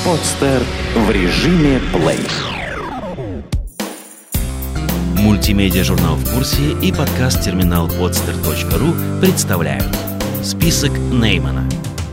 Подстер в режиме плей. Мультимедиа-журнал «В курсе» и подкаст-терминал podster.ru представляют список Неймана.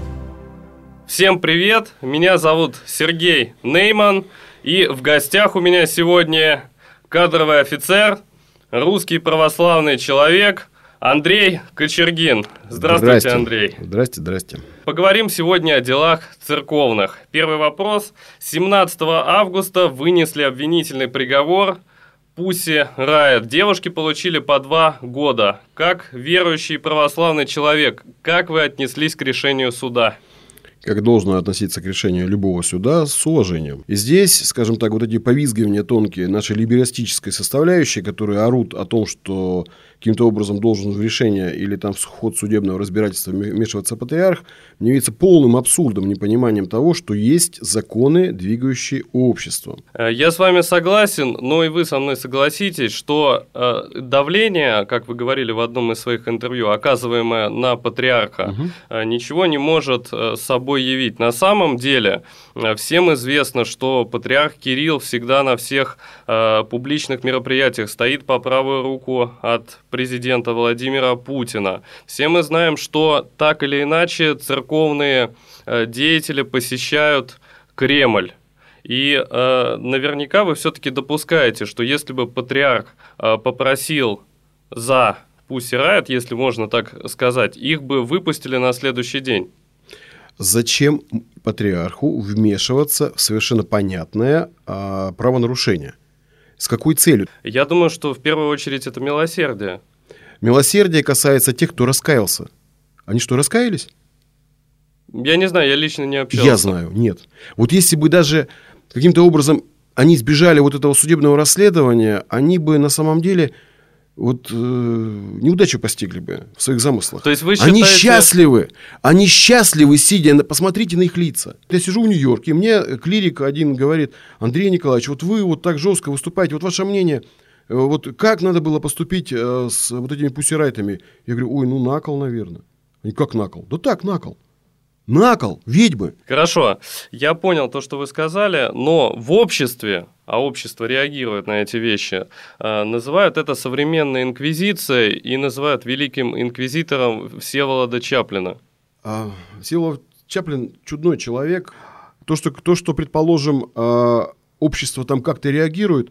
Всем привет, меня зовут Сергей Нейман, и в гостях у меня сегодня кадровый офицер, русский православный человек Андрей Кочергин. Здравствуйте, Андрей. Здрасте. Поговорим сегодня о делах церковных. Первый вопрос. 17 августа вынесли обвинительный приговор Пусси Райт. Девушки получили по 2 года. Как верующий православный человек, как вы отнеслись к решению суда? Как должно относиться к решению любого суда, с уважением. И здесь, скажем так, вот эти повизгивания тонкие нашей либерастической составляющей, которые орут о том, что каким-то образом должен в решение или там в ход судебного разбирательства вмешиваться патриарх, мне видится полным абсурдом, непониманием того, что есть законы, двигающие обществом. Я с вами согласен, но и вы со мной согласитесь, что давление, как вы говорили в одном из своих интервью, оказываемое на патриарха, ничего не может собой явить. На самом деле, всем известно, что патриарх Кирилл всегда на всех публичных мероприятиях стоит по правую руку от президента Владимира Путина. Все мы знаем, что так или иначе церковные деятели посещают Кремль. И наверняка вы все-таки допускаете, что если бы патриарх попросил за Пусси Райт, если можно так сказать, их бы выпустили на следующий день. Зачем патриарху вмешиваться в совершенно понятное правонарушение? С какой целью? Я думаю, что в первую очередь это милосердие. Милосердие касается тех, кто раскаялся. Они что, раскаялись? Я не знаю, я лично не общался. Я знаю, нет. Вот если бы даже каким-то образом они избежали вот этого судебного расследования, они бы на самом деле неудачу постигли бы в своих замыслах. То есть вы считаете... Они счастливы, сидя, посмотрите на их лица. Я сижу в Нью-Йорке, и мне клирик один говорит: Андрей Николаевич, вот вы вот так жестко выступаете, вот ваше мнение, вот как надо было поступить с вот этими пуссирайтами? Я говорю: накол, наверное. Они: как накол? Да так, накол. Накол, ведьмы. Хорошо, я понял то, что вы сказали, но в обществе, а общество реагирует на эти вещи, называют это современной инквизицией и называют великим инквизитором Всеволода Чаплина. Всеволод Чаплин чудной человек. То, что, предположим, общество там как-то реагирует,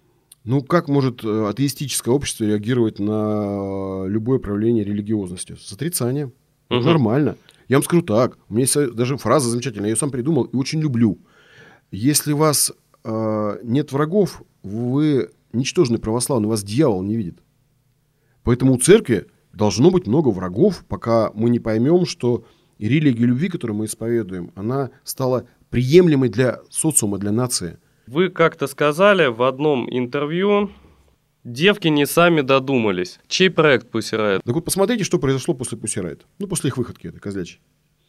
как может атеистическое общество реагировать на любое проявление религиозности? С отрицанием. Нормально. Я вам скажу так, у меня есть даже фраза замечательная, я ее сам придумал и очень люблю. Если у вас нет врагов, вы ничтожный православный, вас дьявол не видит. Поэтому у церкви должно быть много врагов, пока мы не поймем, что и религия любви, которую мы исповедуем, она стала приемлемой для социума, для нации. Вы как-то сказали в одном интервью: девки не сами додумались. Чей проект Пусси Райт? Так вот, посмотрите, что произошло после Пусси Райт. После их выходки этой козлячей.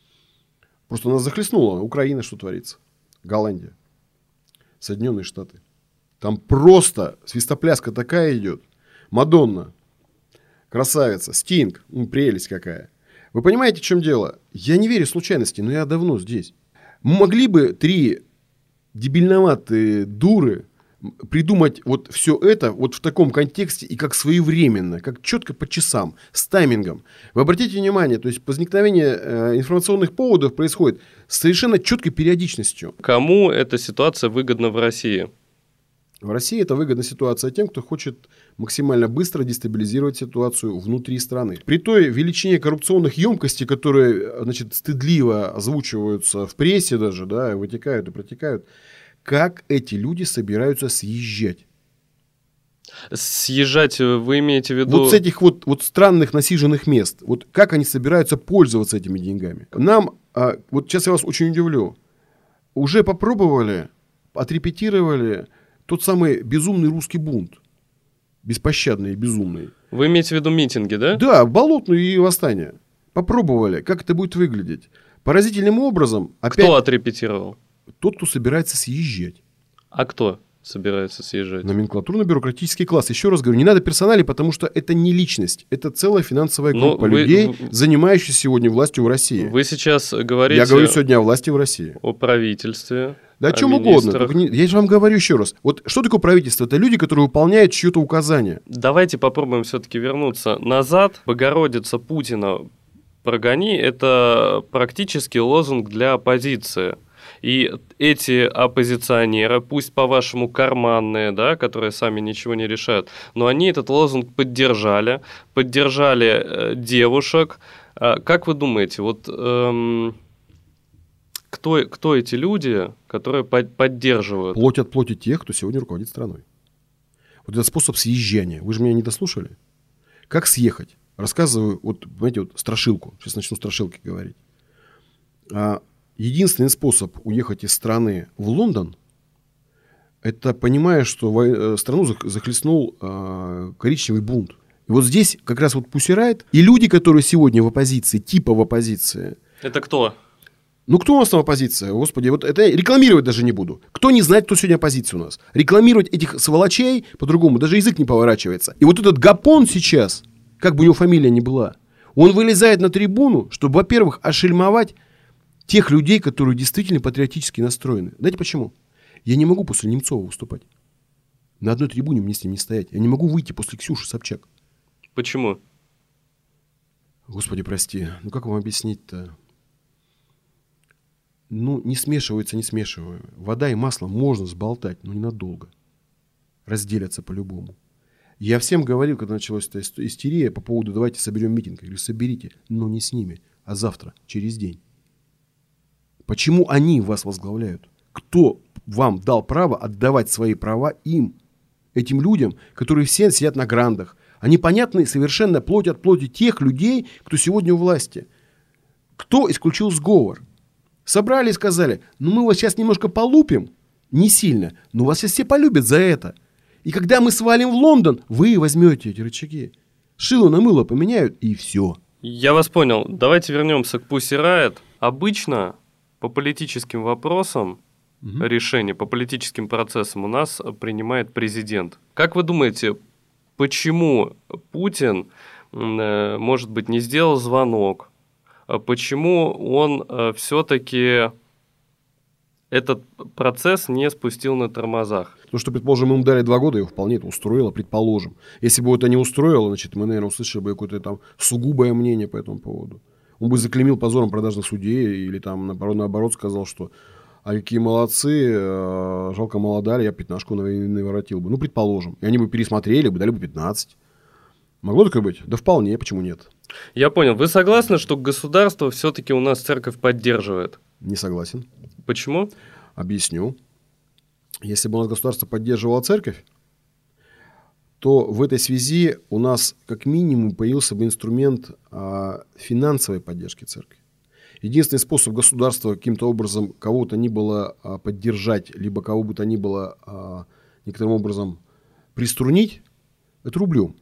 Просто нас захлестнула Украина, что творится. Голландия. Соединенные Штаты. Там просто свистопляска такая идет. Мадонна. Красавица. Стинг. Прелесть какая. Вы понимаете, в чем дело? Я не верю в случайности, но я давно здесь. Мы могли бы 3 дебильноватые дуры придумать вот все это вот в таком контексте и как своевременно, как четко по часам, с таймингом. Вы обратите внимание, то есть возникновение информационных поводов происходит с совершенно четкой периодичностью. Кому эта ситуация выгодна в России? В России это выгодна ситуация тем, кто хочет максимально быстро дестабилизировать ситуацию внутри страны. При той величине коррупционных емкостей, которые, стыдливо озвучиваются в прессе даже, вытекают и протекают, как эти люди собираются съезжать? Съезжать вы имеете в виду... Вот с этих вот странных насиженных мест. Вот как они собираются пользоваться этими деньгами? Нам, вот сейчас я вас очень удивлю, уже попробовали, отрепетировали тот самый безумный русский бунт. Беспощадный и безумный. Вы имеете в виду митинги, да? Да, болотную и восстание. Попробовали, как это будет выглядеть. Поразительным образом... Кто отрепетировал? Тот, кто собирается съезжать. А кто? собирается съезжать? Номенклатурно-бюрократический класс. Еще раз говорю, не надо персоналей, потому что это не личность. Это целая финансовая группа людей, занимающихся сегодня властью в России. Вы сейчас говорите... Я говорю сегодня о власти в России. О правительстве. Да о чем угодно. Я же вам говорю еще раз. Вот что такое правительство? Это люди, которые выполняют чье-то указание. Давайте попробуем все-таки вернуться назад. Богородица Путина прогони – это практически лозунг для оппозиции. И эти оппозиционеры, пусть по-вашему карманные, да, которые сами ничего не решают, но они этот лозунг поддержали девушек. Как вы думаете, вот кто эти люди, которые поддерживают? Плоть от плоти тех, кто сегодня руководит страной. Вот этот способ съезжания. Вы же меня не дослушали? Как съехать? Рассказываю, вот, понимаете, вот страшилку. Сейчас начну страшилки говорить. Единственный способ уехать из страны в Лондон, это понимая, что страну захлестнул коричневый бунт. И вот здесь как раз вот Pussy Riot и люди, которые сегодня в оппозиции, типа в оппозиции. Это кто? Ну, кто у нас там оппозиция? Господи, вот это рекламировать даже не буду. Кто не знает, кто сегодня оппозиция у нас? Рекламировать этих сволочей по-другому даже язык не поворачивается. И вот этот Гапон сейчас, как бы у него фамилия ни была, он вылезает на трибуну, чтобы, во-первых, ошельмовать тех людей, которые действительно патриотически настроены. Знаете почему? Я не могу после Немцова выступать. На одной трибуне мне с ним не стоять. Я не могу выйти после Ксюши Собчак. Почему? Господи, прости. Ну, как вам объяснить-то? Ну, не смешивается. Вода и масло можно сболтать, но ненадолго. Разделятся по-любому. Я всем говорил, когда началась эта истерия по поводу «давайте соберем митинг». Я говорю, соберите, но не с ними, а завтра, через день. Почему они вас возглавляют? Кто вам дал право отдавать свои права им, этим людям, которые все сидят на грандах? Они понятны совершенно плоть от плоти тех людей, кто сегодня у власти. Кто исключил сговор? Собрали и сказали, ну мы вас сейчас немножко полупим, не сильно, но вас сейчас все полюбят за это. И когда мы свалим в Лондон, вы возьмете эти рычаги. Шило на мыло поменяют, и все. Я вас понял. Давайте вернемся к Pussy Riot. Обычно по политическим вопросам решение, по политическим процессам у нас принимает президент. Как вы думаете, почему Путин, может быть, не сделал звонок? Почему он все-таки этот процесс не спустил на тормозах? Потому что, предположим, ему дали 2 года, его вполне это устроило, предположим. Если бы это не устроило, значит, мы, наверное, услышали бы какое-то там сугубое мнение по этому поводу. Он бы заклеймил позором продажных судей или там, наоборот, сказал, что а какие молодцы, жалко мало дали, я 15-ку наворотил бы. Ну, предположим. И они бы пересмотрели бы, дали бы 15. Могло такое быть? Да вполне, почему нет? Я понял. Вы согласны, что государство все-таки у нас церковь поддерживает? Не согласен. Почему? Объясню. Если бы у нас государство поддерживало церковь, то в этой связи у нас как минимум появился бы инструмент финансовой поддержки церкви. Единственный способ государства каким-то образом кого-то ни было поддержать, либо кого бы то ни было некоторым образом приструнить, это рублем.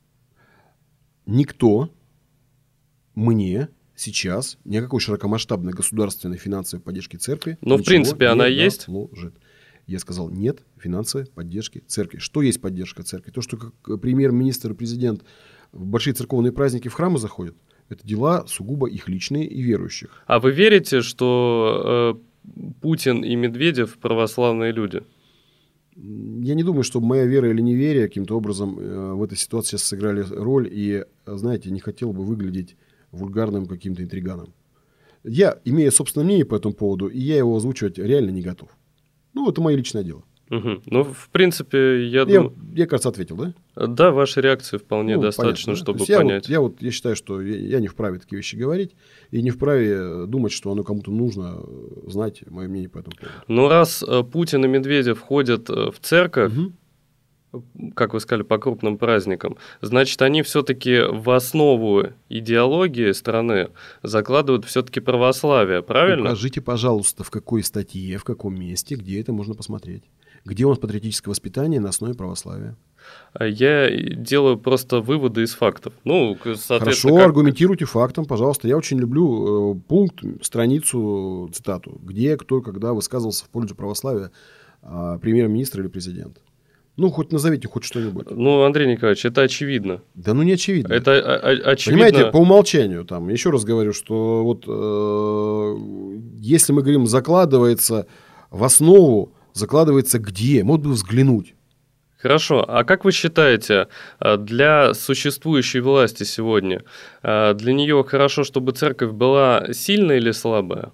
Никто мне сейчас никакой широкомасштабной государственной финансовой поддержки церкви. Но в принципе она есть. Я сказал, нет финансовой поддержки церкви. Что есть поддержка церкви? То, что как премьер-министр и президент в большие церковные праздники в храмы заходят, это дела сугубо их личные и верующих. А вы верите, что Путин и Медведев православные люди? Я не думаю, что моя вера или неверие каким-то образом в этой ситуации сейчас сыграли роль. И, знаете, не хотел бы выглядеть вульгарным каким-то интриганом. Я имею собственное мнение по этому поводу, и я его озвучивать реально не готов. Ну, это мое личное дело. Угу. Ну, в принципе, я думаю... Я, кажется, ответил, да? Да, вашей реакции вполне достаточно, понятно, чтобы да? понять. Я считаю, что я не вправе такие вещи говорить, и не вправе думать, что оно кому-то нужно знать мое мнение по этому поводу. Но раз Путин и Медведев ходят в церковь, как вы сказали, по крупным праздникам, значит, они все-таки в основу идеологии страны закладывают все-таки православие, правильно? Укажите, пожалуйста, в какой статье, в каком месте, где это можно посмотреть. Где у нас патриотическое воспитание на основе православия? Я делаю просто выводы из фактов. Ну, хорошо, аргументируйте фактом, пожалуйста. Я очень люблю пункт, страницу, цитату, где, кто, когда высказывался в пользу православия премьер-министр или президент. Ну, хоть назовите хоть что-нибудь. Ну, Андрей Николаевич, это очевидно. Да ну не очевидно. Это очевидно. Понимаете, по умолчанию, там, еще раз говорю, что вот если мы говорим закладывается в основу, закладывается где? Мог бы взглянуть. Хорошо. А как вы считаете, для существующей власти сегодня, для нее хорошо, чтобы церковь была сильная или слабая?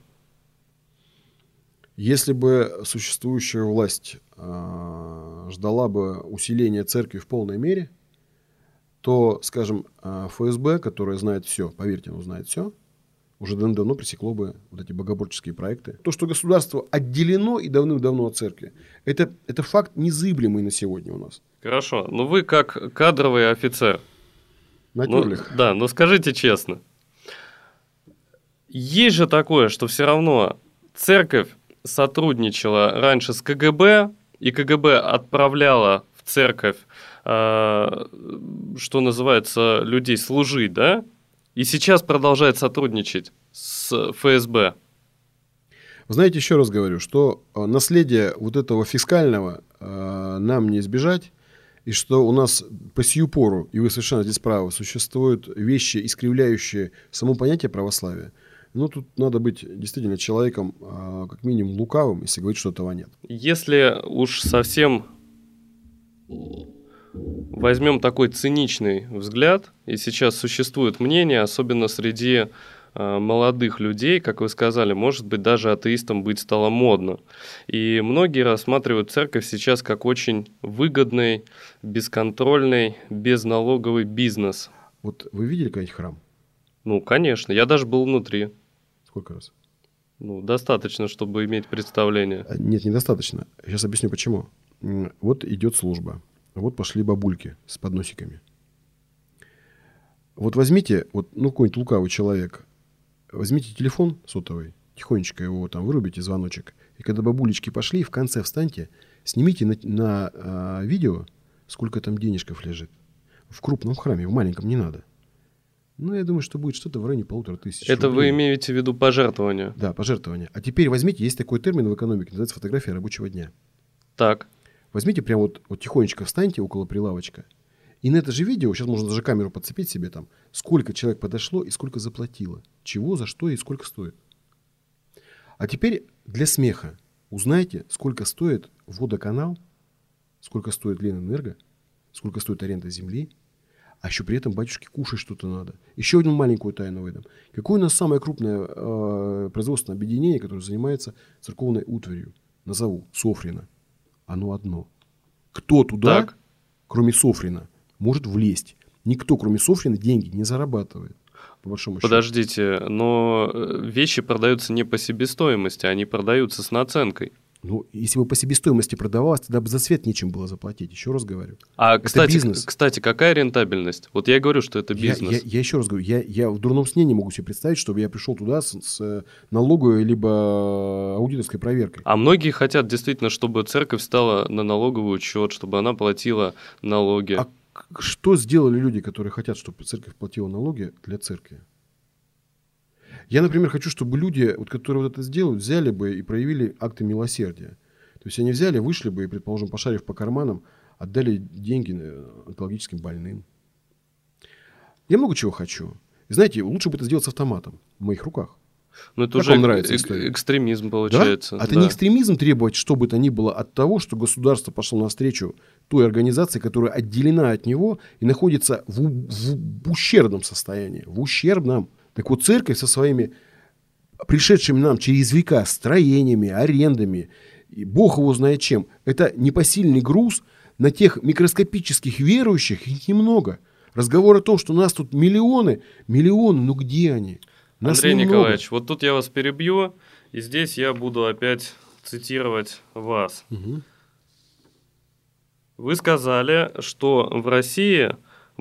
Если бы существующая власть ждала бы усиления церкви в полной мере, то, скажем, ФСБ, которая знает все, поверьте, оно знает все, уже давно пресекло бы вот эти богоборческие проекты. То, что государство отделено и давным-давно от церкви, это факт незыблемый на сегодня у нас. Хорошо. Но вы как кадровый офицер. Натюрлих. Да, но скажите честно. Есть же такое, что все равно церковь сотрудничала раньше с КГБ, и КГБ отправляла в церковь, что называется, людей служить, да? И сейчас продолжает сотрудничать с ФСБ. Вы знаете, еще раз говорю, что наследие вот этого фискального нам не избежать, и что у нас по сию пору, и вы совершенно здесь правы, существуют вещи, искривляющие само понятие православия. Ну, тут надо быть действительно человеком, как минимум, лукавым, если говорить, что этого нет. Если уж совсем возьмем такой циничный взгляд, и сейчас существует мнение, особенно среди молодых людей, как вы сказали, может быть, даже атеистам быть стало модно. И многие рассматривают церковь сейчас как очень выгодный, бесконтрольный, безналоговый бизнес. Вот вы видели какой-нибудь храм? Ну, конечно, я даже был внутри. Сколько раз? Ну, достаточно, чтобы иметь представление. Нет, недостаточно. Сейчас объясню, почему. Вот идет служба. Вот пошли бабульки с подносиками. Вот возьмите, какой-нибудь лукавый человек, возьмите телефон сотовый, тихонечко его там вырубите, звоночек, и когда бабулечки пошли, в конце встаньте, снимите на видео, сколько там денежков лежит. В крупном храме, в маленьком не надо. Ну, я думаю, что будет что-то в районе 1500 Это рублей. вы имеете в виду пожертвования? Да, пожертвования. А теперь возьмите, есть такой термин в экономике, называется фотография рабочего дня. Так. Возьмите прям вот тихонечко встаньте около прилавочка, и на это же видео, сейчас можно даже камеру подцепить себе там, сколько человек подошло и сколько заплатило. Чего, за что и сколько стоит. А теперь для смеха узнайте, сколько стоит водоканал, сколько стоит Ленэнерго, сколько стоит аренда земли, а еще при этом батюшке кушать что-то надо. Еще одну маленькую тайну выдам. Какое у нас самое крупное производственное объединение, которое занимается церковной утварью? Назову. Софрина. Оно одно. Кто туда, кроме Софрина, может влезть? Никто, кроме Софрина, деньги не зарабатывает. По большому счету. Подождите, но вещи продаются не по себестоимости, они продаются с наценкой. Ну, если бы по себестоимости продавалось, тогда бы за свет нечем было заплатить. Еще раз говорю. А, это кстати, бизнес. Кстати, какая рентабельность? Вот я говорю, что это бизнес. Я еще раз говорю, я в дурном сне не могу себе представить, чтобы я пришел туда с налоговой либо аудиторской проверкой. А многие хотят действительно, чтобы церковь стала на налоговый учет, чтобы она платила налоги. А что сделали люди, которые хотят, чтобы церковь платила налоги для церкви? Я, например, хочу, чтобы люди, которые вот это сделают, взяли бы и проявили акты милосердия. То есть они взяли, вышли бы и, предположим, пошарив по карманам, отдали деньги онкологическим больным. Я много чего хочу. И знаете, лучше бы это сделать с автоматом в моих руках. Ну, это как уже вам нравится история? Экстремизм получается. Да? Это не экстремизм требовать, что бы то ни было, от того, что государство пошло навстречу той организации, которая отделена от него и находится в ущербном состоянии. В ущербном. Так вот, церковь со своими пришедшими нам через века строениями, арендами, и Бог его знает чем, это непосильный груз на тех микроскопических верующих, их немного. Разговор о том, что у нас тут миллионы, ну где они? Нас Андрей немного. Николаевич, вот тут я вас перебью, и здесь я буду опять цитировать вас. Угу. Вы сказали, что в России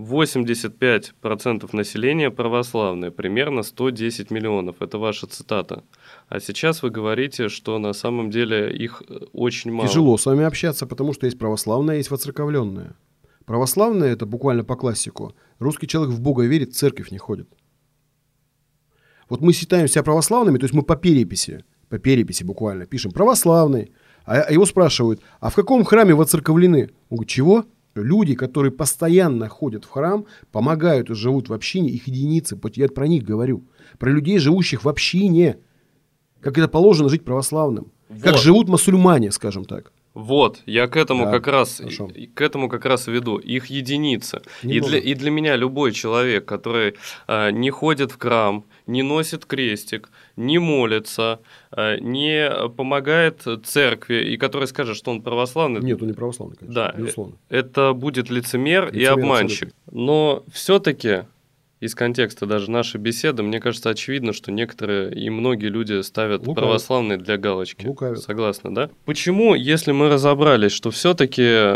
85% населения православное, примерно 110 миллионов. Это ваша цитата. А сейчас вы говорите, что на самом деле их очень мало. Тяжело с вами общаться, потому что есть православное, есть воцерковленное. Православное – это буквально по классику. Русский человек в Бога верит, в церковь не ходит. Вот мы считаем себя православными, то есть мы по переписи по переписи буквально, пишем православный, а его спрашивают, а в каком храме воцерковлены? Он говорит, чего? Люди, которые постоянно ходят в храм, помогают и живут в общине, их единицы, я про них говорю. Про людей, живущих в общине, как это положено жить православным. Вот. Как живут мусульмане, скажем так. Вот, я к этому, как раз веду. Их единицы. И для меня любой человек, который не ходит в храм, не носит крестик, не молится, не помогает церкви, и который скажет, что он православный. Нет, он не православный, конечно. Да, безусловно. Это будет лицемер и обманщик. Абсолютно. Но все-таки из контекста даже нашей беседы, мне кажется, очевидно, что некоторые и многие люди ставят православные для галочки. Лукавят. Согласны, да? Почему, если мы разобрались, что все-таки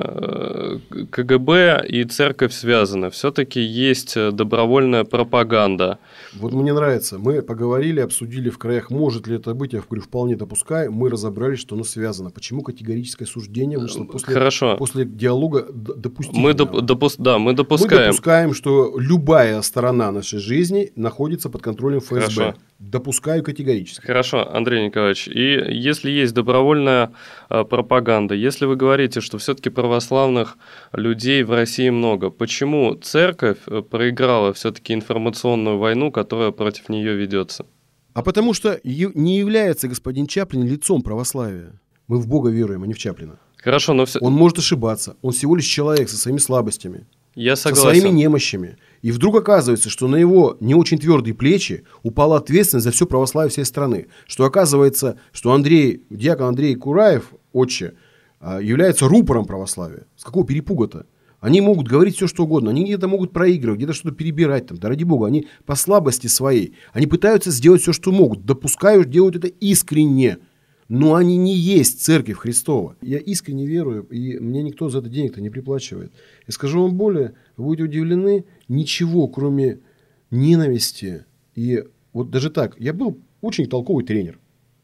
КГБ и церковь связаны, все-таки есть добровольная пропаганда? Вот мне нравится. Мы поговорили, обсудили в краях, может ли это быть, я говорю, вполне допускаю. Мы разобрались, что оно связано. Почему категорическое суждение вышло после диалога допустительного? Мы допускаем. Мы допускаем, что любая сторона нашей жизни находится под контролем ФСБ. Хорошо. Допускаю категорически. Хорошо, Андрей Николаевич. И если есть добровольная пропаганда, если вы говорите, что все-таки православных людей в России много, почему церковь проиграла все-таки информационную войну, которая против нее ведется? А потому что не является господин Чаплин лицом православия. Мы в Бога веруем, а не в Чаплина. Хорошо, но Он может ошибаться. Он всего лишь человек со своими слабостями. Я согласен. Со своими немощами. И вдруг оказывается, что на его не очень твердые плечи упала ответственность за все православие всей страны. Что оказывается, что диакон Андрей Кураев, отче, является рупором православия. С какого перепуга-то? Они могут говорить все, что угодно. Они где-то могут проигрывать, где-то что-то перебирать. Да ради бога, они по слабости своей. Они пытаются сделать все, что могут. Допускаю, делают это искренне. Но они не есть церковь Христова. Я искренне верую, и мне никто за это денег-то не приплачивает. И скажу вам более, вы будете удивлены, ничего, кроме ненависти. И вот даже так, я был очень толковый тренер.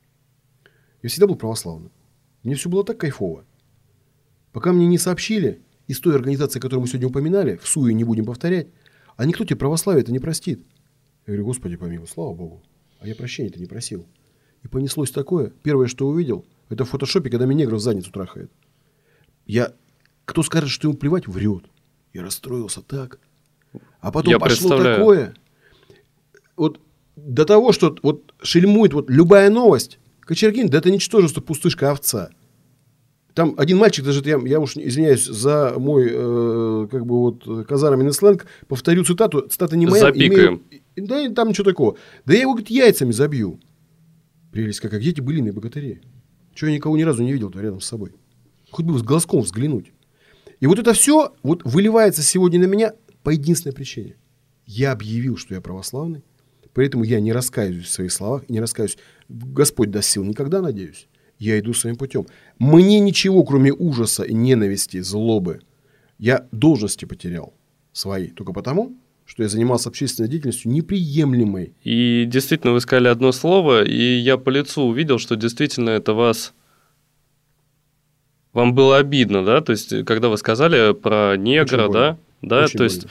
Я всегда был православным. Мне все было так кайфово. Пока мне не сообщили, из той организации, которую мы сегодня упоминали, в суе не будем повторять, а никто тебе православие это не простит. Я говорю, Господи помилуй, слава Богу. А я прощения-то не просил. И понеслось такое. Первое, что увидел, это в фотошопе, когда меня негр в задницу трахает. Кто скажет, что ему плевать, врет. Я расстроился так. А потом пошло такое. Вот до того, что вот шельмует вот любая новость. Кочергин, да это ничтожество, пустышка, овца. Там один мальчик, даже я уж извиняюсь за мой казарменный сленг, повторю цитату. Цитата не моя. Запикаем. Да, там ничего такого. Да я его, говорит, яйцами забью. Прелесть какая. Где эти былиные богатыри? Чего я никого ни разу не видел-то рядом с собой? Хоть бы с глазком взглянуть. И вот это все вот выливается сегодня на меня по единственной причине. Я объявил, что я православный. Поэтому я не раскаиваюсь в своих словах. Не раскаиваюсь. Господь даст сил никогда, надеюсь. Я иду своим путем. Мне ничего, кроме ужаса и ненависти, злобы. Я должности потерял свои. Только потому, что я занимался общественной деятельностью неприемлемой. И действительно, вы сказали одно слово, и я по лицу увидел, что действительно это вам было обидно, да? То есть, когда вы сказали про негра, да? Да, то есть,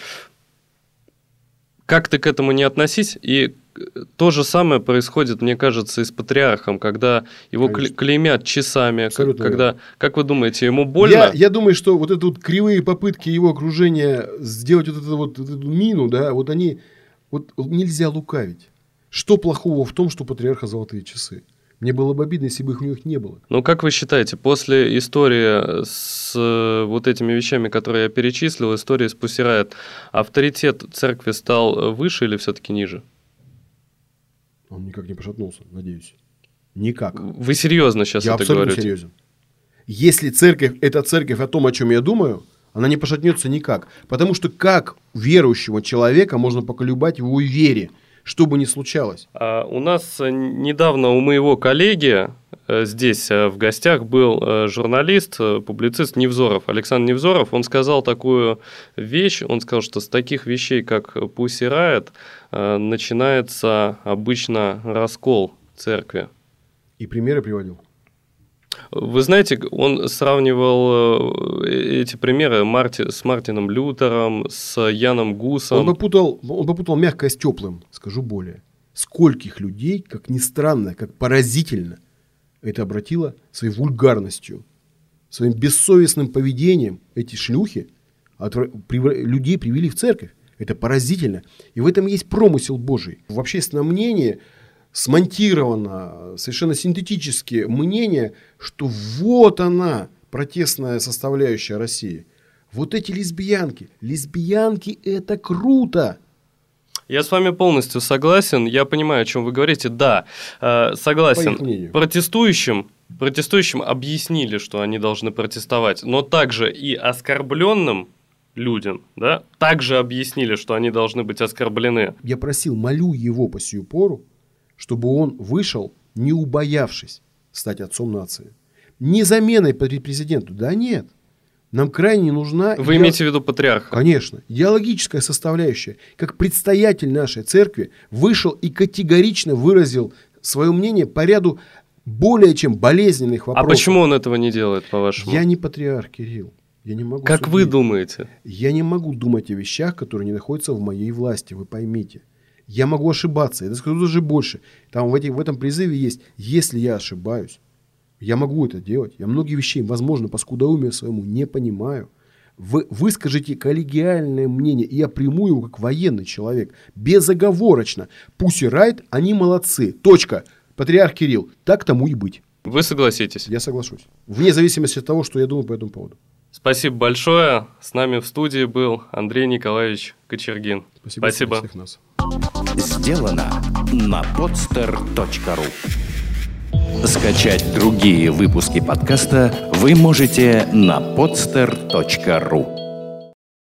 как ты к этому не относись, и то же самое происходит, мне кажется, и с патриархом, когда его клеймят часами. Абсолютно когда, как вы думаете, ему больно? Я думаю, что вот это вот кривые попытки его окружения сделать вот эту мину, да, вот они, вот нельзя лукавить. Что плохого в том, что у патриарха золотые часы? Мне было бы обидно, если бы их у них не было. Ну, как вы считаете, после истории с вот этими вещами, которые я перечислил, истории с Pussy Riot, авторитет церкви стал выше или все-таки ниже? Он никак не пошатнулся, надеюсь. Никак. Вы серьезно сейчас это говорите? Я абсолютно серьезен. Если церковь – это церковь о том, о чем я думаю, она не пошатнется никак. Потому что как верующего человека можно поколебать в его вере, что бы ни случалось? У нас недавно у моего коллеги здесь в гостях был журналист, публицист Невзоров, Александр Невзоров. Он сказал такую вещь, он сказал, что с таких вещей, как Pussy Riot, начинается обычно раскол церкви. И примеры приводил? Вы знаете, он сравнивал эти примеры с Мартином Лютером, с Яном Гусом. Он попутал мягкое с теплым, скажу более. Скольких людей, как ни странно, как поразительно, это обратило своей вульгарностью, своим бессовестным поведением эти шлюхи людей привели в церковь. Это поразительно. И в этом есть промысел Божий. В общественном мнении смонтировано совершенно синтетически мнение, что вот она, протестная составляющая России. Вот эти лесбиянки. Лесбиянки – это круто. Я с вами полностью согласен. Я понимаю, о чем вы говорите. Да, согласен. Протестующим объяснили, что они должны протестовать, но также и оскорбленным людям, да, также объяснили, что они должны быть оскорблены. Я молю его по сию пору, чтобы он вышел, не убоявшись стать отцом нации. Не заменой президенту, да нет. Нам крайне нужна... Вы имеете в виду патриарха? Конечно. Идеологическая составляющая. Как предстоятель нашей церкви вышел и категорично выразил свое мнение по ряду более чем болезненных вопросов. А почему он этого не делает, по-вашему? Я не патриарх, Кирилл. Я не могу как судить. Вы думаете? Я не могу думать о вещах, которые не находятся в моей власти, вы поймите. Я могу ошибаться, я скажу даже больше. Там в этом призыве есть, если я ошибаюсь, я могу это делать. Я многие вещей, возможно, по скудоумию своему не понимаю. Вы выскажите коллегиальное мнение, и я приму его как военный человек. Безоговорочно. Pussy Riot, они молодцы. Точка. Патриарх Кирилл. Так тому и быть. Вы согласитесь? Я соглашусь. Вне зависимости от того, что я думаю по этому поводу. Спасибо большое. С нами в студии был Андрей Николаевич Кочергин. Спасибо. Всех нас. Сделано на podster.ru. Скачать другие выпуски подкаста вы можете на podster.ru.